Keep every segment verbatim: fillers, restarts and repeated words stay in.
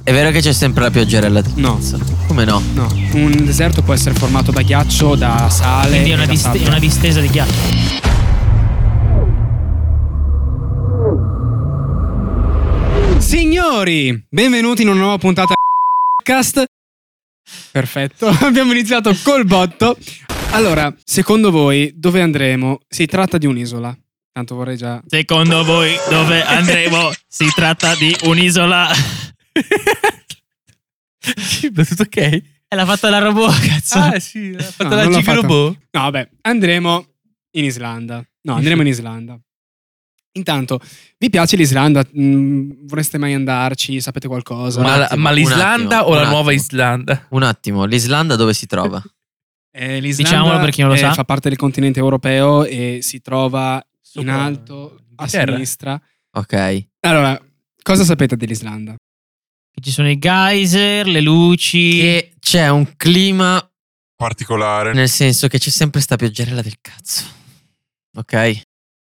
È vero che c'è sempre la pioggerella del No. cazzo. Come no? No, un deserto può essere formato da ghiaccio, da sale. Quindi è una, e da dist- sabbia. una distesa di ghiaccio. Signori, benvenuti in una nuova puntata di podcast. Perfetto, abbiamo iniziato col botto. Allora, secondo voi dove andremo? Si tratta di un'isola. Tanto vorrei già... Secondo voi dove andremo? Si tratta di un'isola. Tutto ok? E l'ha fatta la robot, cazzo. Ah sì, ha fatto No, la non l'ho Giga fatto. robot. No, vabbè, andremo in Islanda. No, andremo in Islanda. Intanto, vi piace l'Islanda? Mm, vorreste mai andarci? Sapete qualcosa? Un Ma, la- attimo, ma un l'Islanda attimo, o la un nuova attimo. Islanda? Un attimo, l'Islanda dove si trova? Eh, L'Islanda Diciamolo per chi non lo eh, sa. fa parte del continente europeo e si trova in Sopra alto a Inghilterra. sinistra. Ok. Allora, cosa sapete dell'Islanda? Che ci sono i geyser, le luci. Che c'è un clima, particolare. nel senso che c'è sempre sta pioggerella del cazzo. Ok?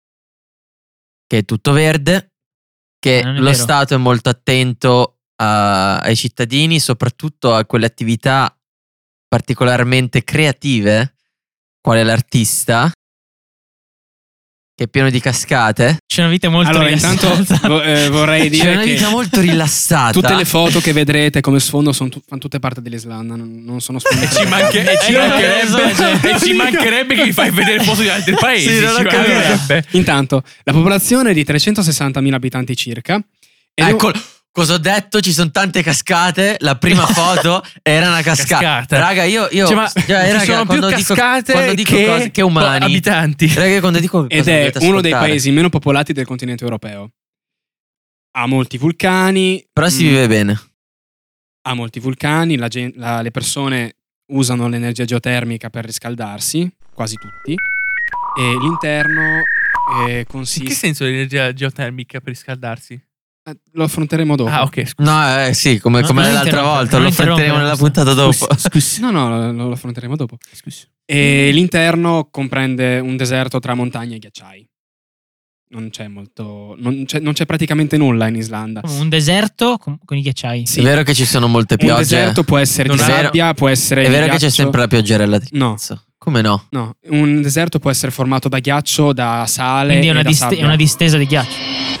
Che è tutto verde, che Eh, non è lo vero. Stato è molto attento a- ai cittadini, soprattutto a quelle attività particolarmente creative, quale l'artista, che è pieno di cascate. C'è una vita molto Allora, intanto rilassata. vo- eh, vorrei C'è dire una che vita molto rilassata. tutte le foto che vedrete come sfondo sono tu- fanno tutte parte dell'Islanda, non, non sono sfondi. E ci, manche- e ci Eh, mancherebbe, esatto. e ci mancherebbe che mi fai vedere foto di altri paesi. Sì, non ho ci capito. mancherebbe. Intanto, la popolazione è di trecentosessantamila abitanti circa. ed è un- Ecco, cosa ho detto? Ci sono tante cascate. La prima foto era una cascata. Cascata. Raga, io, io Cioè, ma cioè, ci raga, sono più quando dico, cascate quando dico che, cose, che umani. abitanti. Raga, io quando dico Ed cose è dovete uno dei ascoltare. paesi meno popolati del continente europeo. Ha molti vulcani. Però si mm, vive bene. Ha molti vulcani, la gen- la- le persone usano l'energia geotermica per riscaldarsi, quasi tutti. E l'interno eh, In consiste... che senso l'energia geotermica per riscaldarsi? Eh, Lo affronteremo dopo. Ah, ok, scusa. No, eh, sì, come, No, come non l'altra interrompere, volta. non Lo affronteremo interrompere, nella scusa. puntata dopo. Scusi. No, no, lo, lo affronteremo dopo. Scusi. E l'interno comprende un deserto tra montagne e ghiacciai. Non c'è molto... Non c'è, non c'è praticamente nulla in Islanda. Un deserto con, con i ghiacciai. Sì. È vero che ci sono molte Un piogge. deserto può essere Non di è vero. sabbia, può essere È di vero che c'è ghiaccio. sempre la pioggerella del No. cazzo. Come no? No, un deserto può essere formato da ghiaccio, da sale Quindi è e una, da dist- è sabbia. una distesa di ghiaccio.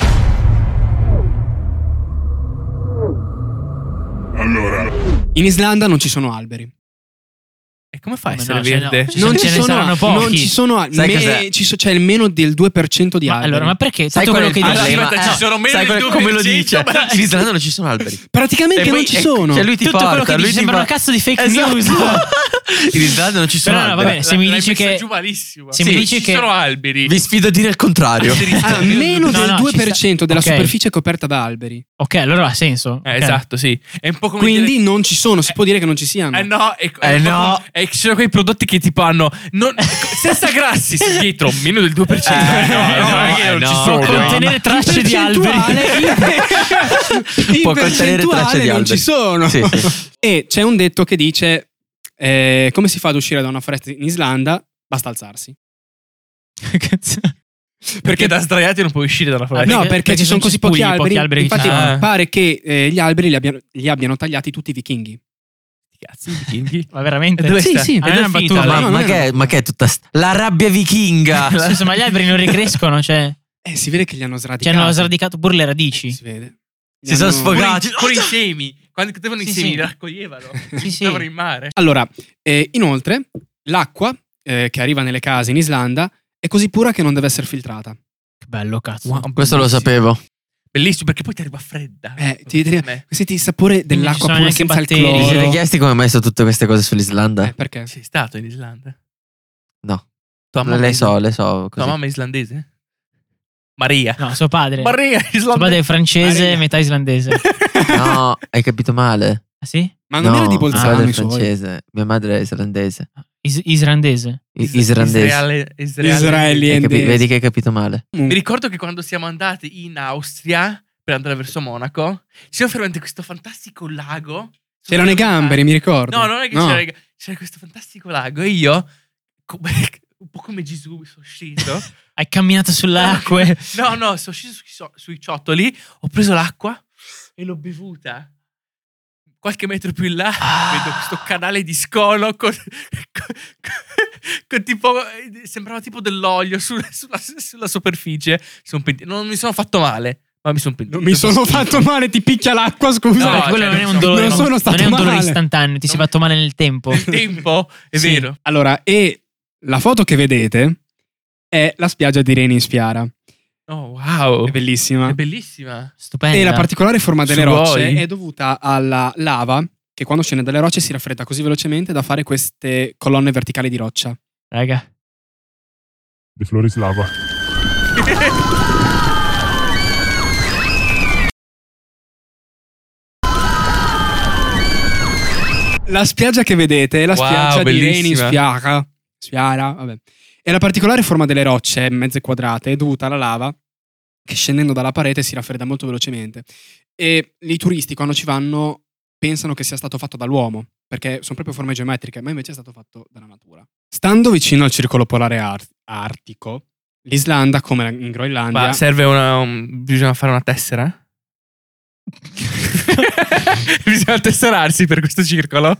Allora, In Islanda non ci sono alberi. E come fa a Come essere no, cioè, verde? no, ci sono- Non ce ci ne sono, saranno al- pochi. non ci sono al- Sai me- cos'è? ci so- c'è il meno del due per cento di Ma alberi. allora, ma perché? Sai Tutto qual quello è che il dici. problema? Aspetta, ci Eh, sono meno sai del come- come lo due per dice? cento, ma- In Islanda non ci sono alberi. Praticamente E non poi- ci e- sono. Cioè lui ti Tutto porta, quello che lui dici ti sembra una fa- cazzo di fake Esatto. news. In Islanda non ci sono Però no, alberi. vabbè, se mi L'hai dici messa che- giù malissimo. se mi Sì, dici ci che- sono alberi. Vi sfido a dire il contrario. Ah, meno No, del no, due ci sta- per cento della ok. superficie è coperta da alberi. Ok, allora ha senso. Eh, Ok. esatto, sì. È un po' come Quindi dire- non ci sono, si può dire che non ci siano. Eh no, è, Eh è un po' no. come- è che ci sono quei prodotti che tipo hanno non, senza grassi sì, dietro meno del due per cento. Eh, no, no, no, non è che eh, non ci no. sono. Può contenere tracce di alberi. in Può contenere percentuale tracce di non alberi. ci sono. Sì, sì. E c'è un detto che dice eh, come si fa ad uscire da una foresta in Islanda? Basta alzarsi. Cazzo. Perché da sdraiati non puoi uscire dalla foresta. No, perché- perché, perché ci sono sono così pochi spugni, alberi. pochi alberi che Infatti ci sono. pare che eh, gli alberi li abbiano, li abbiano tagliati tutti i vichinghi. Cazzo, i vichinghi. Ma veramente? E dove Sì, sta? sì. E Ah, dove è è una finita battuta. la- Ma, no, ma non che è è, una- ma che è tutta sta... La rabbia vichinga. Nel senso, ma gli alberi non ricrescono, cioè, Eh, si vede che li hanno ci sradicati. hanno sradicato pure le radici. Si vede. Li Si sono hanno- sfogati. Con i semi. Quando cadevano i Sì, semi sì. li raccoglievano. Sì, sì. Stavano in mare. Allora, eh, inoltre, l'acqua eh, che arriva nelle case in Islanda è così pura che non deve essere filtrata. Che bello, cazzo. Wow, Questo lo bellissimo. sapevo. Bellissimo, perché poi ti arriva fredda. Eh, ti, ti, Me. senti il sapore dell'acqua sono pura neanche senza il batteri. Vi cloro. siete chiesti come mai so tutte queste cose sull'Islanda? Eh, perché? Sei stato in Islanda? No. Tua mamma Le è so, islandese? le so. Tua Così. mamma è islandese? Maria. No, suo padre. Maria è Suo padre islandese. è francese, Maria. metà islandese. No, hai capito male. Ah sì? Ma non no, era di mio Bolzano padre è i suoi? francese. Mia madre è islandese. Is- islandese. I- Is- Islandese. Israele- Israele- Israeli. Hai capi- Islandese. Vedi che hai capito male. Mi ricordo che quando siamo andati in Austria per andare verso Monaco, ci siamo fermati in questo fantastico lago. C'erano i gamberi, mi ricordo. No, non è che c'era, i ga- c'era questo fantastico lago e io, come- un po' come Gesù, mi sono sceso. Hai camminato sulle acque. No, no, sono sceso sui, so- sui ciottoli, ho preso l'acqua e l'ho bevuta. qualche metro più in là Ah. vedo questo canale di scono con, con, con tipo sembrava tipo dell'olio su- sulla, sulla superficie. Sono penti- non mi sono fatto male, ma mi sono pentito. Non mi sono fatto male, ti picchia l'acqua, scusa. No, No, quello cioè, non è un non dolore, non sono stato non è un dolore male. istantaneo, ti sei fatto male nel tempo. Il tempo, è Sì. vero. Allora, e la foto che vedete è la spiaggia di Reni in Sfiara. Oh, wow. È bellissima. È bellissima. Stupenda. E la particolare forma delle Suoi. rocce è dovuta alla lava che quando scende dalle rocce si raffredda così velocemente da fare queste colonne verticali di roccia. Raga. De Floris Lava. La spiaggia che vedete è la Wow, spiaggia di Reni in bellissima. Sfiara. Sfiara, vabbè. E la particolare forma delle rocce, mezze quadrate, è dovuta alla lava che scendendo dalla parete si raffredda molto velocemente. E i turisti quando ci vanno pensano che sia stato fatto dall'uomo, perché sono proprio forme geometriche, ma invece è stato fatto dalla natura. Stando vicino al circolo polare ar- artico, l'Islanda, come in Groenlandia, Ma serve una. un- bisogna fare una tessera? Bisogna tesserarsi per questo circolo?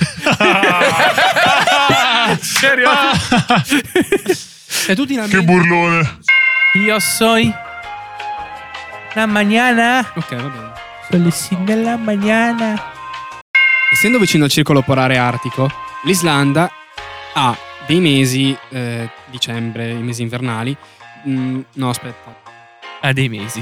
Serio? e tu ti Che lamenti- burlone. Io soy la mañana. Ok, va bene. Sono le cinque della mañana. Essendo vicino al circolo polare artico, l'Islanda ha dei mesi, eh, dicembre, i mesi invernali. mm, no, aspetta. Ha dei mesi.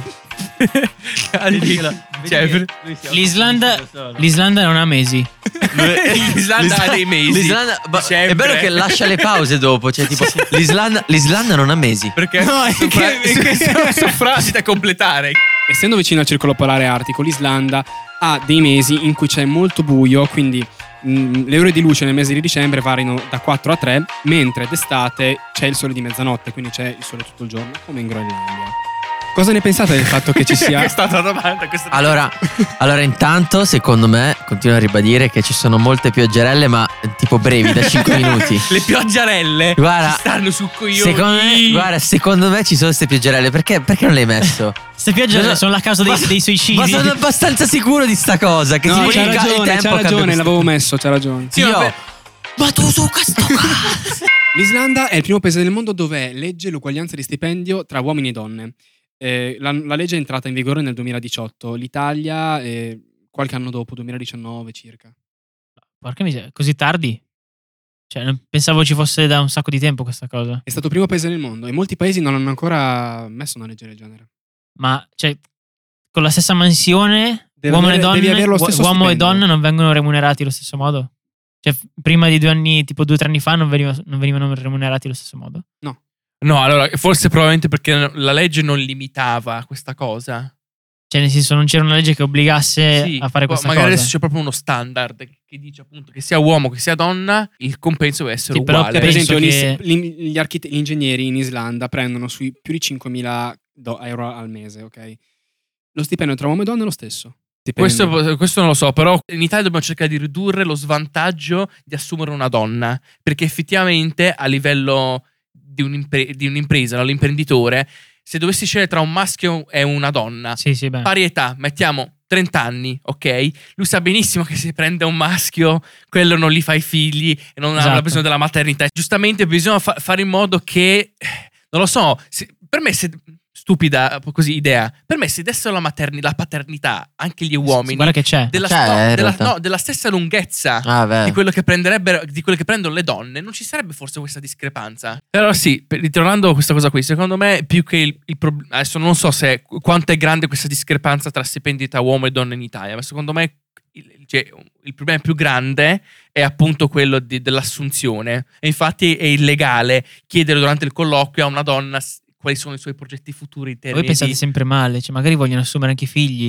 Ha dei- cioè, per- L'Islanda, L'Islanda non ha mesi. L'Islanda ha dei mesi. L'Islanda, ma è Dicembre. bello che lascia le pause dopo. Cioè, tipo, l'Islanda, l'Islanda non ha mesi. Perché No, è sono, che- fra- è che- sono- sono frasi da completare. Essendo vicino al circolo polare artico, l'Islanda ha dei mesi in cui c'è molto buio, quindi mm, le ore di luce nel mese di dicembre variano da quattro a tre, mentre d'estate c'è il sole di mezzanotte, quindi c'è il sole tutto il giorno, come in Groenlandia. Cosa ne pensate del fatto che ci sia... Che è stata una domanda. Questa Allora, allora, intanto, secondo me, continuo a ribadire che ci sono molte pioggerelle, ma tipo brevi, da cinque minuti. Le pioggiarelle Guarda, ci stanno su coglioni. Secondo me, guarda, secondo me ci sono queste pioggerelle. Perché, perché non le hai messo? Queste piogge Ma- sono la causa dei, ma- dei suicidi. Ma sono abbastanza sicuro di sta cosa. Che No, c'ha significa il ragione, tempo c'ha cambia ragione, questo- l'avevo messo, c'ha ragione. Sì, Io- vabbè. Ma tu su questo cazzo. L'Islanda è il primo paese del mondo dove è legge l'uguaglianza di stipendio tra uomini e donne. Eh, la, la legge è entrata in vigore nel duemiladiciotto, l'Italia eh, qualche anno dopo, duemiladiciannove circa. Porca miseria, così tardi? Cioè, non- pensavo ci fosse da un sacco di tempo questa cosa. È stato il primo paese nel mondo e molti paesi non hanno ancora messo una legge del genere. Ma, cioè, con la stessa mansione, Deve uomo, avere- e, donne, devi avere lo uo- stesso uomo e stipendio. donna non vengono remunerati allo stesso modo? Cioè, f- prima di due anni, tipo due o tre anni fa, non, veniva- non venivano remunerati allo stesso modo? No, allora, forse probabilmente perché la legge non limitava questa cosa. Cioè, nel senso, non c'era una legge che obbligasse Sì, a fare ma- questa magari cosa. adesso c'è proprio uno standard che dice appunto che sia uomo che sia donna, il compenso deve essere Sì, però uguale. Per penso esempio, che- gli, gli- gli archite- gli ingegneri in Islanda prendono sui più di cinquemila do- euro al mese, ok? Lo stipendio tra uomo e donna è lo stesso. Stipendio. Questo, questo non lo so, però in Italia dobbiamo cercare di ridurre lo svantaggio di assumere una donna, perché effettivamente a livello di, un'impre- di un'impresa, no, l'imprenditore, se dovessi scegliere tra un maschio e una donna, Sì, sì, beh. pari età, mettiamo trenta anni, ok? Lui sa benissimo che se prende un maschio, quello non gli fa i figli e non Esatto. avrà bisogno della maternità. Giustamente bisogna fa- fare in modo che, non lo so, se- per me se... Stupida così idea. Per me se dessero la, materni- la paternità anche gli uomini Guarda che c'è. della, C'è, no, in della- realtà. no, della stessa lunghezza Ah, beh. di quello che prenderebbero di quello che prendono le donne, non ci sarebbe forse questa discrepanza. Però sì, per- ritornando a questa cosa qui, secondo me più che il, il prob- adesso non so se quanto è grande questa discrepanza tra stipendi tra uomo e donna in Italia, ma secondo me il, cioè, il problema più grande è appunto quello di- dell'assunzione. E infatti è illegale chiedere durante il colloquio a una donna s- quali sono i suoi progetti futuri in termini Voi pensate di... sempre male, cioè magari vogliono assumere anche i figli.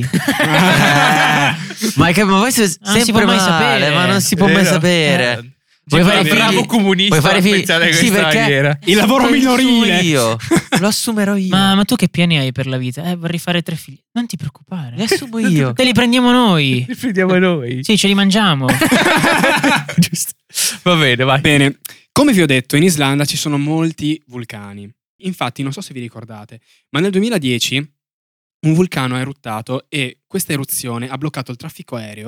Ma, è che, ma voi siete Ah, non si sempre può mai male, sapere. ma non si può mai Vero? sapere. Eh, Vuoi Cioè, fare un figli? bravo comunista Vuoi fare a figli? pensare in Sì, questa perché maniera. Il lavoro Lo assumo minorile. io. Lo assumerò io. Ma, ma tu che piani hai per la vita? Eh, vorrei fare tre figli. Non ti preoccupare. Li assumo io. Te li prendiamo noi. Li prendiamo noi. Sì, ce li mangiamo. Giusto. Va bene, vai. Bene, come vi ho detto, in Islanda ci sono molti vulcani. Infatti, non so se vi ricordate, ma nel duemiladieci un vulcano ha eruttato e questa eruzione ha bloccato il traffico aereo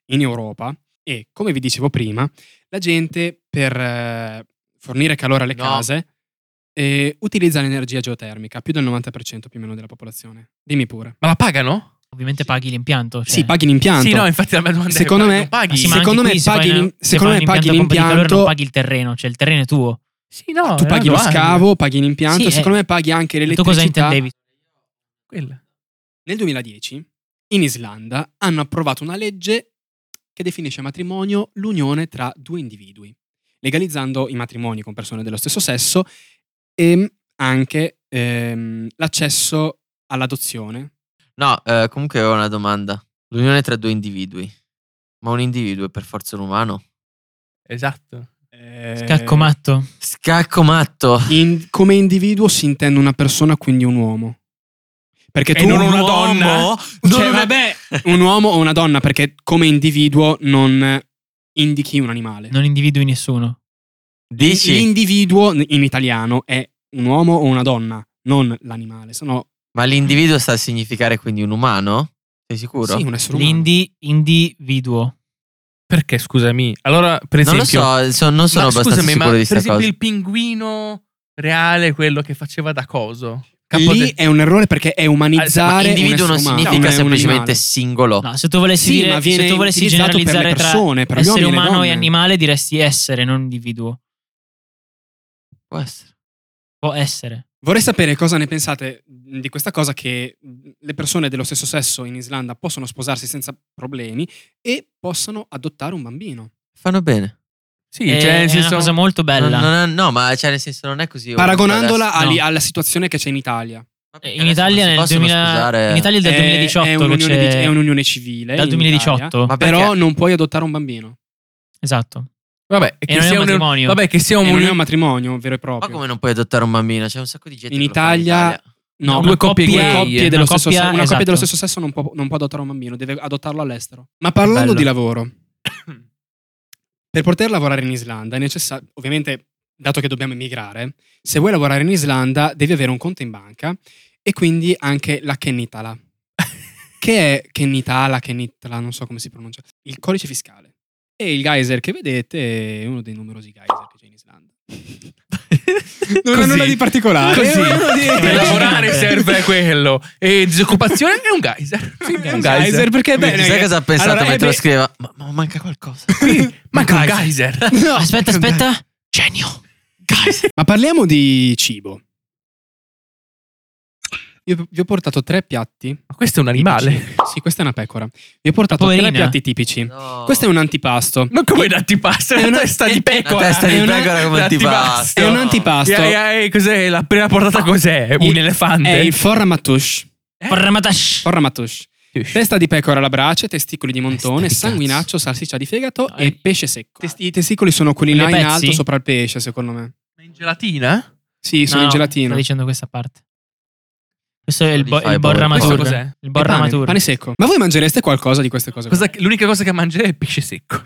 in Europa e, come vi dicevo prima, la gente per eh, fornire calore alle No. case eh, utilizza l'energia geotermica, più del novanta per cento più o meno della popolazione. Dimmi pure. Ma la pagano? Ovviamente paghi l'impianto. Cioè. Sì, paghi l'impianto. Sì, no, infatti la mia domanda Secondo è: me- non paghi? Sì, ma secondo anche me qui, se paghi fai l'im- una- se secondo fai me un paghi impianto a pompa di calore, l'impianto- non paghi il terreno, cioè il terreno è tuo. Sì, no, Tu è paghi una lo domanda. scavo, paghi l'impianto, Sì, secondo eh. me paghi anche Tu l'elettricità. cosa intendevi? Quella. Nel duemiladieci in Islanda hanno approvato una legge che definisce matrimonio l'unione tra due individui, legalizzando i matrimoni con persone dello stesso sesso e anche ehm, l'accesso all'adozione. No, eh, comunque ho una domanda. L'unione tra due individui. Ma un individuo è per forza un umano? Esatto. Eh, Scacco matto. Scacco matto. in- come individuo si intende una persona, quindi un uomo. Perché E tu non un una uomo- donna? Cioè, vabbè, un uomo o una donna, perché come individuo non indichi un animale. Non individui nessuno. Dici? L'individuo in italiano è un uomo o una donna, non l'animale. Sono Ma l'individuo sta a significare quindi un umano? Sei sicuro? sì, un essere umano. L'indi individuo. Perché, scusami? Allora, per non lo esempio... so, so- non sono ma abbastanza scusami, ma sicuro di per sta esempio cosa. il pinguino reale, quello che faceva da coso. Capo Lì de- è un errore perché è Ma umanizzare individuo un non essere umano, significa non è un semplicemente animale. singolo. No, se tu volessi Sì, dire ma viene se tu volessi utilizzato per le generalizzare persone, tra per gli essere uomini e le umano e donne. animale diresti essere, non individuo. Può essere. Può essere. Vorrei sapere cosa ne pensate di questa cosa che le persone dello stesso sesso in Islanda possono sposarsi senza problemi e possano adottare un bambino. Fanno bene. Sì, è, cioè, nel è senso... una cosa molto Non- bella. non è- no, ma cioè, nel senso non è così. Paragonandola ovunque ali- No. alla situazione che c'è in Italia. adesso. Ma Eh, perché in adesso Italia, non si nel possono duemila sposare- in Italia è del È- duemiladiciotto è che un'unione, di- c'è- è un'unione civile. dal in duemiladiciotto. Italia, Ma però perché? non puoi adottare un bambino. Esatto. Vabbè, E non è un matrimonio. Vabbè, che sia E un... non è un matrimonio vero e Ma proprio. come non puoi adottare un bambino? C'è un sacco di gente In che lo fa Italia- No, Una due coppie coppie, gay, coppie eh. dello Una stesso coppia- sesso, una coppia esatto. dello stesso sesso non può, non può adottare un bambino, deve adottarlo all'estero. Ma parlando Bello. di lavoro, per poter lavorare in Islanda è necessario, ovviamente, dato che dobbiamo emigrare, se vuoi lavorare in Islanda devi avere un conto in banca e quindi anche la Kennitala. Che è Kennitala, Kennitala, non so come si pronuncia, il codice fiscale. E il geyser che vedete è uno dei numerosi geyser che c'è in Islanda. Non è Così. nulla di particolare. Così. È uno di- Per lavorare serve quello. E disoccupazione è un geyser. Sì, è un geyser. perché Quindi bene, sai cosa ha pensato allora, mentre eh, lo scriveva? Ma, ma manca qualcosa. Manca un geyser. No, Aspetta, aspetta. Genio. ma parliamo di cibo. Io vi ho portato tre piatti. Ma questo è un animale. tipici. Sì, questa è una pecora. Vi ho portato Poverina. tre piatti tipici. No. Questo è un antipasto. Non come un antipasto, è È una una- testa è- di è- pecora. Una testa di È una- pecora come un antipasto. È un antipasto. E- e- e cos'è? La prima portata cos'è? Un Il- elefante. È il forramatush. Parramatash. Forramatush. Testa di pecora alla brace, testicoli di montone, Testa di sanguinaccio, salsiccia di fegato No, e eh. pesce secco. Testi- I testicoli sono quelli là Come in pezzi? alto sopra il pesce, secondo me. Ma in gelatina? Sì, sono No, in no, gelatino. Sto dicendo questa parte. Questo è il, Li bo- fai il boh. borramatur. Questo cos'è? Il È pane, borramatur. pane secco. Ma voi mangereste qualcosa di queste cose? Cosa che- l'unica cosa che mangerei è pesce secco.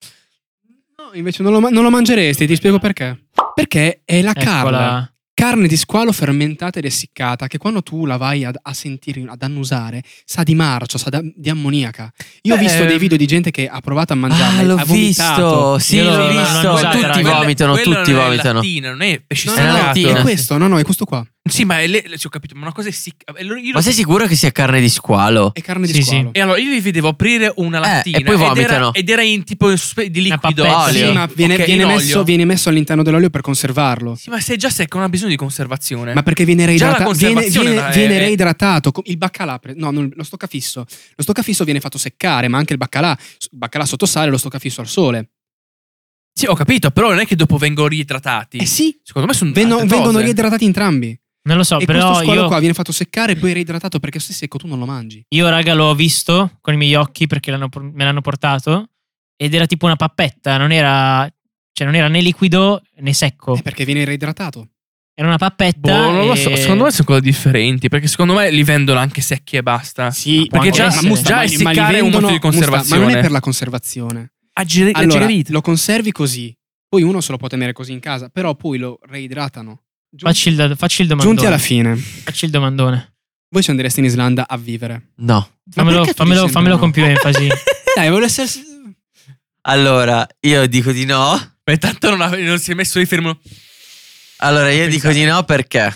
No, invece non lo, ma- non lo mangeresti, ti spiego perché. Perché è la carne. Eccola. Carne di squalo fermentata ed essiccata che quando tu la vai ad- a sentire, ad annusare, sa di marcio, sa da- di ammoniaca. Io ho Beh, visto dei video di gente che ha provato a mangiarla. Ah, l'ho ha vomitato. visto. Sì, Io l'ho l'ho- l'ho visto. annusata, Tutti raga. vomitano, Quello tutti non è vomitano. lattina, non è pesce No, È no, no, la seccato. lattina. è questo, no, no, è questo qua. Sì, ma è le, sì, ho capito, ma una cosa è essicca. E allora io- Ma sei sicuro che sia carne di squalo? È carne di Sì, squalo. E allora io li vedevo aprire una lattina e poi ed era, vomitano. ed era in tipo in sospe- di Una liquido pappetta. olio. Sì, ma viene, Ok, viene in messo, olio. viene messo all'interno dell'olio per conservarlo. Sì, ma se è già secco non ha bisogno di conservazione. Ma perché viene Già la reidratato? Viene, conservazione viene- è- viene è- reidratato. Co- Il baccalà, pre- no, non- lo stoccafisso. Lo stoccafisso viene fatto seccare, ma anche il baccalà, il baccalà sotto sale, lo stoccafisso al sole. Sì, ho capito, però non è che dopo vengono riidratati. Eh sì, Secondo me sono vengono, tante vengono cose. riidratati entrambi. Non lo so, e però questo squalo io, qua viene fatto seccare e poi reidratato perché se è secco tu non lo mangi. io, raga, l'ho visto con i miei occhi perché l'hanno por- me l'hanno portato ed era tipo una pappetta, non era, cioè non era né liquido né secco. Eh, perché viene reidratato. Era una pappetta. Boh, non lo e- so, secondo me sono cose differenti, perché secondo me li vendono anche secchi e basta. Sì, Perché può già- essere. Musta, già ma li- ma li essiccare è un vendono- modo di Musta, conservazione. ma non è per la conservazione. Aggi- Allora, aggiravito. lo conservi così. Poi uno se lo può tenere così in casa, però poi lo reidratano. Giunti, Facci il, da- facci il domandone. giunti alla fine, Facci il domandone. voi ci andreste in Islanda a vivere. No. Fammelo, perché tu fammelo, dici fammelo sempre con no? più enfasi. Dai, vuole essere... Allora, io dico di no. Ma intanto non, ave- non si è messo lì fermo. Allora, io dico Pensate. di no perché?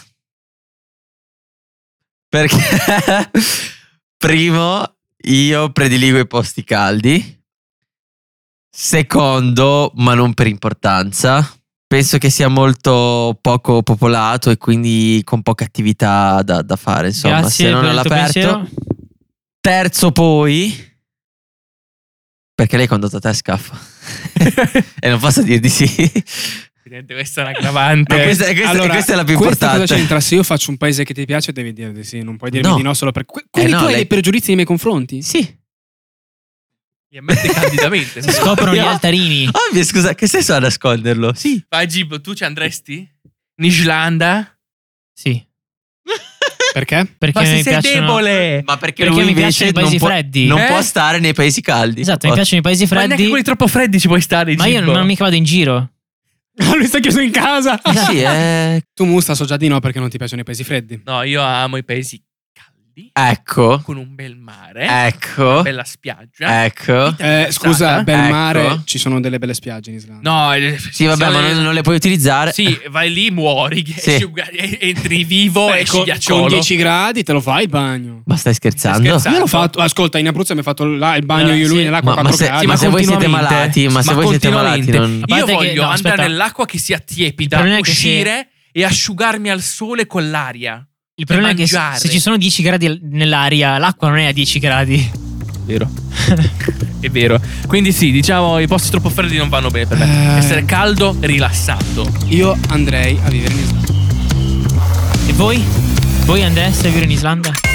Perché primo, io prediligo i posti caldi. Secondo, ma non per importanza, penso che sia molto poco popolato e quindi con poca attività da, da fare, insomma, Grazie se non per il tuo all'aperto. pensiero. Terzo poi, perché lei condotto a te scaffa. E non posso dir di sì. Evidente, questa è un'aggravante. Ma questa, questa- Allora, questa è la più questa importante. cosa c'entra? Se io faccio un paese che ti piace, devi dire di sì. Non puoi dirmi No. di no solo per... que- Quindi no, tu hai lei- dei pregiudizi nei miei confronti? Sì. Mi ammette candidamente. Si scoprono gli No. altarini. Ovvio, scusa, che senso ha nasconderlo? Sì. Vai Gib, tu ci andresti? In Islanda? Sì. Perché? Perché Ma se mi sei piacciono... debole! Ma perché, Perché lui mi invece piacciono i paesi non può, freddi. non Eh? può stare nei paesi caldi. Esatto, mi piacciono i paesi Ma neanche freddi. quelli troppo freddi ci puoi stare, Ma io Gibbo. non mica vado in giro. Lui sta chiuso in casa. Eh sì, eh. Tu Musta so già di no perché non ti piacciono i paesi freddi. No, io amo i paesi caldi, Ecco. con un bel mare, Ecco. una bella spiaggia. Ecco. Eh, scusa, bel Ecco. mare, ci sono delle belle spiagge in Islanda. No, eh, Sì, vabbè, ma non, non le puoi utilizzare. Sì, vai lì, muori, Sì. esci uga- entri vivo, Beh, esci con, ghiacciolo. con dieci gradi te lo fai il bagno. Ma stai scherzando? Stai scherzando? Io l'ho fatto, ascolta, in Abruzzo mi ha fatto là il bagno Eh, io e lui sì. nell'acqua Ma, a ma quattro se, gradi. ma se voi siete continuamente. malati, ma se Ma voi siete malati, continuamente. non... A Io parte che- voglio no, andare aspetta. nell'acqua che sia tiepida, Il problema è che uscire e asciugarmi al sole con l'aria. Il problema è che se, mangiare. se ci sono dieci gradi nell'aria, l'acqua non è a dieci gradi. Vero. È vero. Quindi sì, diciamo i posti troppo freddi non vanno bene per me. Eh. Essere caldo, rilassato. Io andrei a vivere in Islanda. E voi? Voi andreste a vivere in Islanda?